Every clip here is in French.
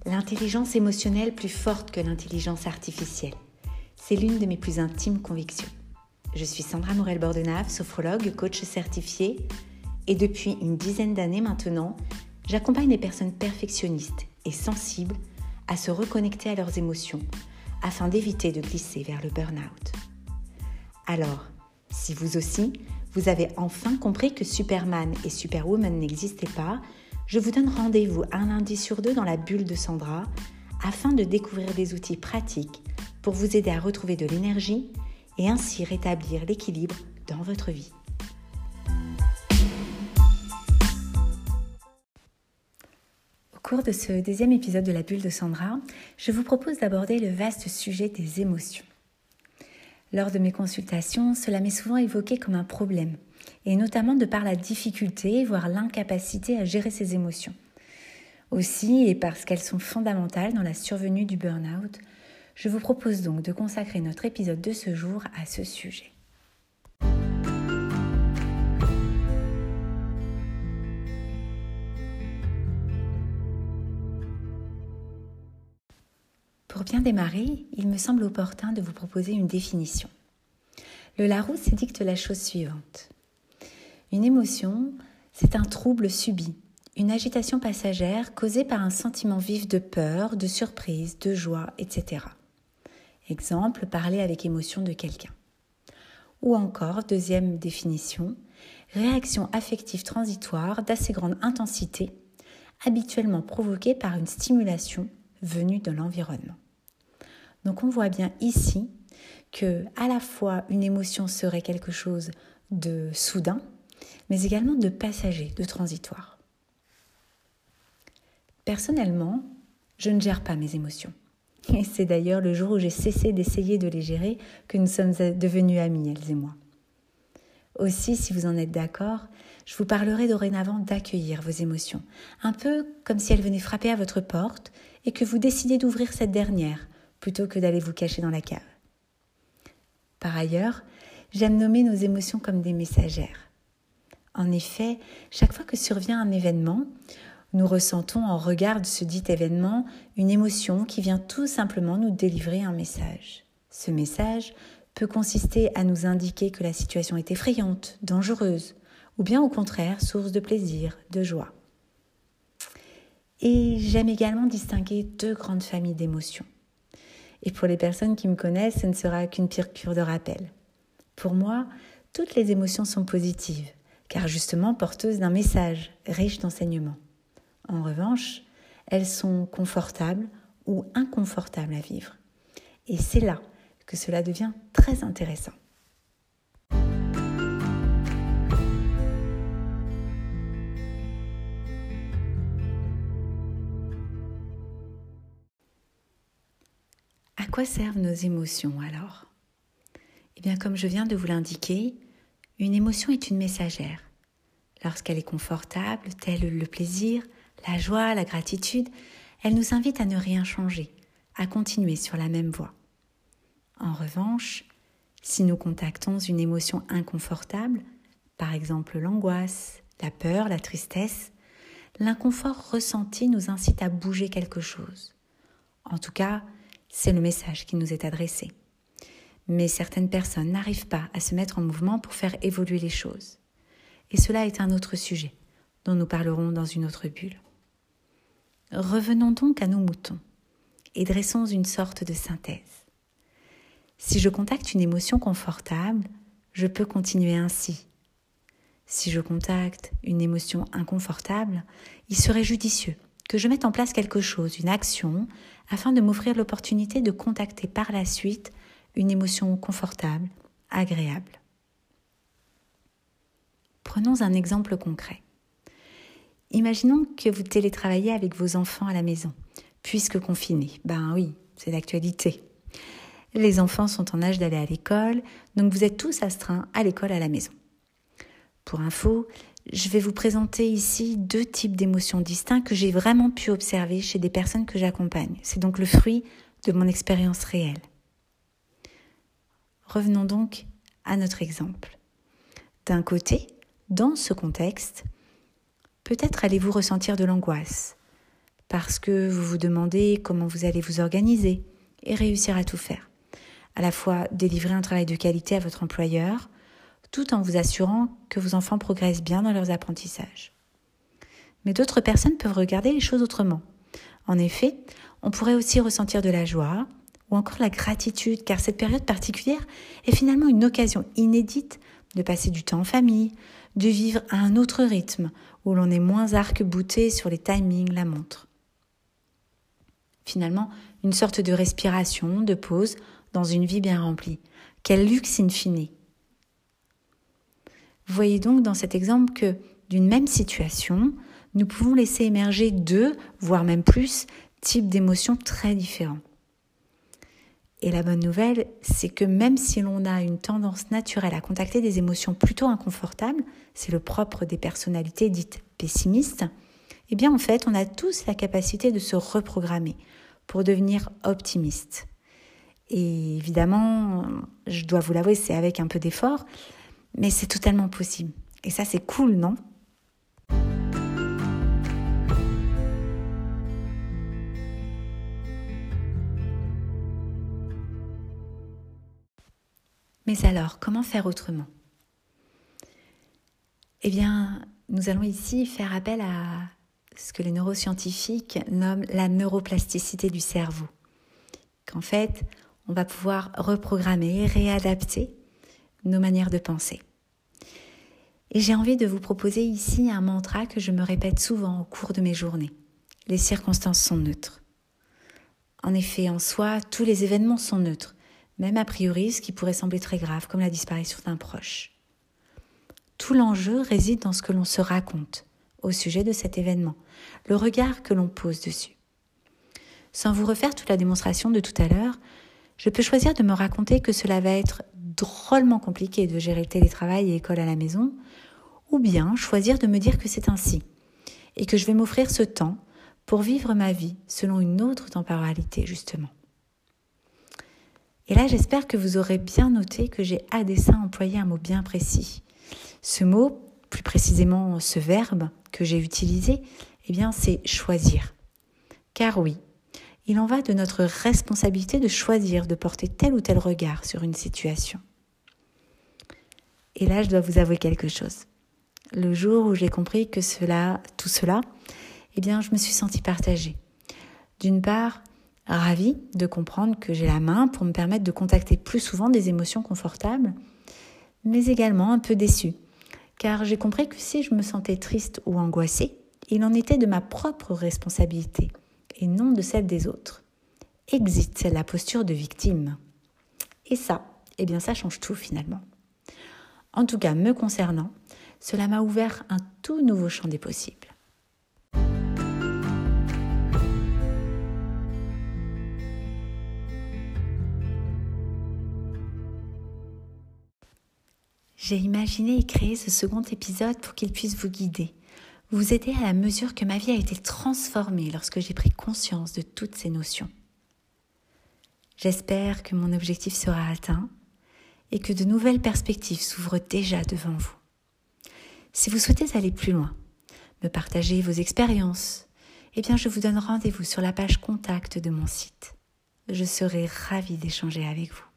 L'intelligence émotionnelle plus forte que l'intelligence artificielle. C'est l'une de mes plus intimes convictions. Je suis Sandra Morel-Bordenave, sophrologue, coach certifiée, et depuis une dizaine d'années maintenant, j'accompagne les personnes perfectionnistes et sensibles à se reconnecter à leurs émotions afin d'éviter de glisser vers le burn-out. Alors, si vous aussi, vous avez enfin compris que Superman et Superwoman n'existaient pas, je vous donne rendez-vous un lundi sur 2 dans la bulle de Sandra afin de découvrir des outils pratiques pour vous aider à retrouver de l'énergie et ainsi rétablir l'équilibre dans votre vie. Au cours de ce deuxième épisode de la bulle de Sandra, je vous propose d'aborder le vaste sujet des émotions. Lors de mes consultations, cela m'est souvent évoqué comme un problème, et notamment de par la difficulté, voire l'incapacité à gérer ses émotions. Aussi, et parce qu'elles sont fondamentales dans la survenue du burn-out, je vous propose donc de consacrer notre épisode de ce jour à ce sujet. Pour bien démarrer, il me semble opportun de vous proposer une définition. Le Larousse édicte la chose suivante. Une émotion, c'est un trouble subi, une agitation passagère causée par un sentiment vif de peur, de surprise, de joie, etc. Exemple, parler avec émotion de quelqu'un. Ou encore, deuxième définition, réaction affective transitoire d'assez grande intensité, habituellement provoquée par une stimulation venue de l'environnement. Donc on voit bien ici que à la fois une émotion serait quelque chose de soudain, mais également de passager, de transitoire. Personnellement, je ne gère pas mes émotions. Et c'est d'ailleurs le jour où j'ai cessé d'essayer de les gérer que nous sommes devenus amies, elles et moi. Aussi, si vous en êtes d'accord, je vous parlerai dorénavant d'accueillir vos émotions, un peu comme si elles venaient frapper à votre porte et que vous décidez d'ouvrir cette dernière plutôt que d'aller vous cacher dans la cave. Par ailleurs, j'aime nommer nos émotions comme des messagères. En effet, chaque fois que survient un événement, nous ressentons en regard de ce dit événement une émotion qui vient tout simplement nous délivrer un message. Ce message peut consister à nous indiquer que la situation est effrayante, dangereuse, ou bien au contraire, source de plaisir, de joie. Et j'aime également distinguer deux grandes familles d'émotions. Et pour les personnes qui me connaissent, ce ne sera qu'une piqûre de rappel. Pour moi, toutes les émotions sont positives, car justement porteuses d'un message riche d'enseignements. En revanche, elles sont confortables ou inconfortables à vivre. Et c'est là que cela devient très intéressant. À quoi servent nos émotions alors ? Eh bien, comme je viens de vous l'indiquer, une émotion est une messagère. Lorsqu'elle est confortable, tel le plaisir, la joie, la gratitude, elle nous invite à ne rien changer, à continuer sur la même voie. En revanche, si nous contactons une émotion inconfortable, par exemple l'angoisse, la peur, la tristesse, l'inconfort ressenti nous incite à bouger quelque chose. En tout cas, c'est le message qui nous est adressé. Mais certaines personnes n'arrivent pas à se mettre en mouvement pour faire évoluer les choses. Et cela est un autre sujet, dont nous parlerons dans une autre bulle. Revenons donc à nos moutons et dressons une sorte de synthèse. Si je contacte une émotion confortable, je peux continuer ainsi. Si je contacte une émotion inconfortable, il serait judicieux que je mette en place quelque chose, une action, afin de m'offrir l'opportunité de contacter par la suite une émotion confortable, agréable. Prenons un exemple concret. Imaginons que vous télétravaillez avec vos enfants à la maison, puisque confinés. Ben oui, c'est l'actualité. Les enfants sont en âge d'aller à l'école, donc vous êtes tous astreints à l'école à la maison. Pour info, je vais vous présenter ici deux types d'émotions distincts que j'ai vraiment pu observer chez des personnes que j'accompagne. C'est donc le fruit de mon expérience réelle. Revenons donc à notre exemple. D'un côté, dans ce contexte, peut-être allez-vous ressentir de l'angoisse, parce que vous vous demandez comment vous allez vous organiser et réussir à tout faire. À la fois délivrer un travail de qualité à votre employeur, tout en vous assurant que vos enfants progressent bien dans leurs apprentissages. Mais d'autres personnes peuvent regarder les choses autrement. En effet, on pourrait aussi ressentir de la joie ou encore la gratitude, car cette période particulière est finalement une occasion inédite de passer du temps en famille, de vivre à un autre rythme, où l'on est moins arc-bouté sur les timings, la montre. Finalement, une sorte de respiration, de pause dans une vie bien remplie. Quel luxe in fine! Vous voyez donc dans cet exemple que d'une même situation, nous pouvons laisser émerger 2, voire même plus, types d'émotions très différents. Et la bonne nouvelle, c'est que même si l'on a une tendance naturelle à contacter des émotions plutôt inconfortables, c'est le propre des personnalités dites pessimistes, eh bien en fait, on a tous la capacité de se reprogrammer pour devenir optimiste. Et évidemment, je dois vous l'avouer, c'est avec un peu d'effort, mais c'est totalement possible. Et ça, c'est cool, non ? Mais alors, comment faire autrement ? Eh bien, nous allons ici faire appel à ce que les neuroscientifiques nomment la neuroplasticité du cerveau. Qu'en fait, on va pouvoir reprogrammer, réadapter nos manières de penser. Et j'ai envie de vous proposer ici un mantra que je me répète souvent au cours de mes journées. Les circonstances sont neutres. En effet, en soi, tous les événements sont neutres, même a priori ce qui pourrait sembler très grave, comme la disparition d'un proche. Tout l'enjeu réside dans ce que l'on se raconte au sujet de cet événement, le regard que l'on pose dessus. Sans vous refaire toute la démonstration de tout à l'heure, je peux choisir de me raconter que cela va être drôlement compliqué de gérer le télétravail et école à la maison, ou bien choisir de me dire que c'est ainsi, et que je vais m'offrir ce temps pour vivre ma vie selon une autre temporalité, justement. Et là, j'espère que vous aurez bien noté que j'ai à dessein employé un mot bien précis. Ce mot, plus précisément ce verbe que j'ai utilisé, eh bien, c'est choisir. Car oui, il en va de notre responsabilité de choisir de porter tel ou tel regard sur une situation. Et là, je dois vous avouer quelque chose. Le jour où j'ai compris que tout cela, eh bien, je me suis sentie partagée. D'une part, ravie de comprendre que j'ai la main pour me permettre de contacter plus souvent des émotions confortables, mais également un peu déçue, car j'ai compris que si je me sentais triste ou angoissée, il en était de ma propre responsabilité et non de celle des autres. Exit la posture de victime. Et ça, eh bien ça change tout finalement. En tout cas, me concernant, cela m'a ouvert un tout nouveau champ des possibles. J'ai imaginé et créé ce second épisode pour qu'il puisse vous guider, vous aider à la mesure que ma vie a été transformée lorsque j'ai pris conscience de toutes ces notions. J'espère que mon objectif sera atteint et que de nouvelles perspectives s'ouvrent déjà devant vous. Si vous souhaitez aller plus loin, me partager vos expériences, eh bien je vous donne rendez-vous sur la page contact de mon site. Je serai ravie d'échanger avec vous.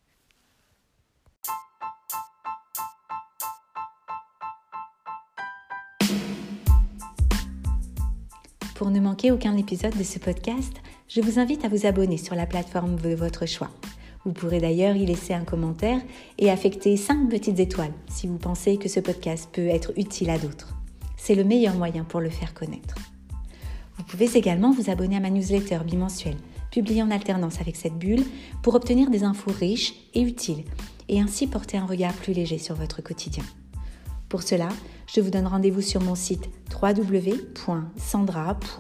Pour ne manquer aucun épisode de ce podcast, je vous invite à vous abonner sur la plateforme de votre choix. Vous pourrez d'ailleurs y laisser un commentaire et affecter 5 petites étoiles si vous pensez que ce podcast peut être utile à d'autres. C'est le meilleur moyen pour le faire connaître. Vous pouvez également vous abonner à ma newsletter bimensuelle, publiée en alternance avec cette bulle, pour obtenir des infos riches et utiles et ainsi porter un regard plus léger sur votre quotidien. Pour cela, je vous donne rendez-vous sur mon site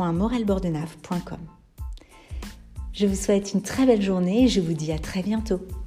www.sandra.morelbordenave.com. Je vous souhaite une très belle journée et je vous dis à très bientôt.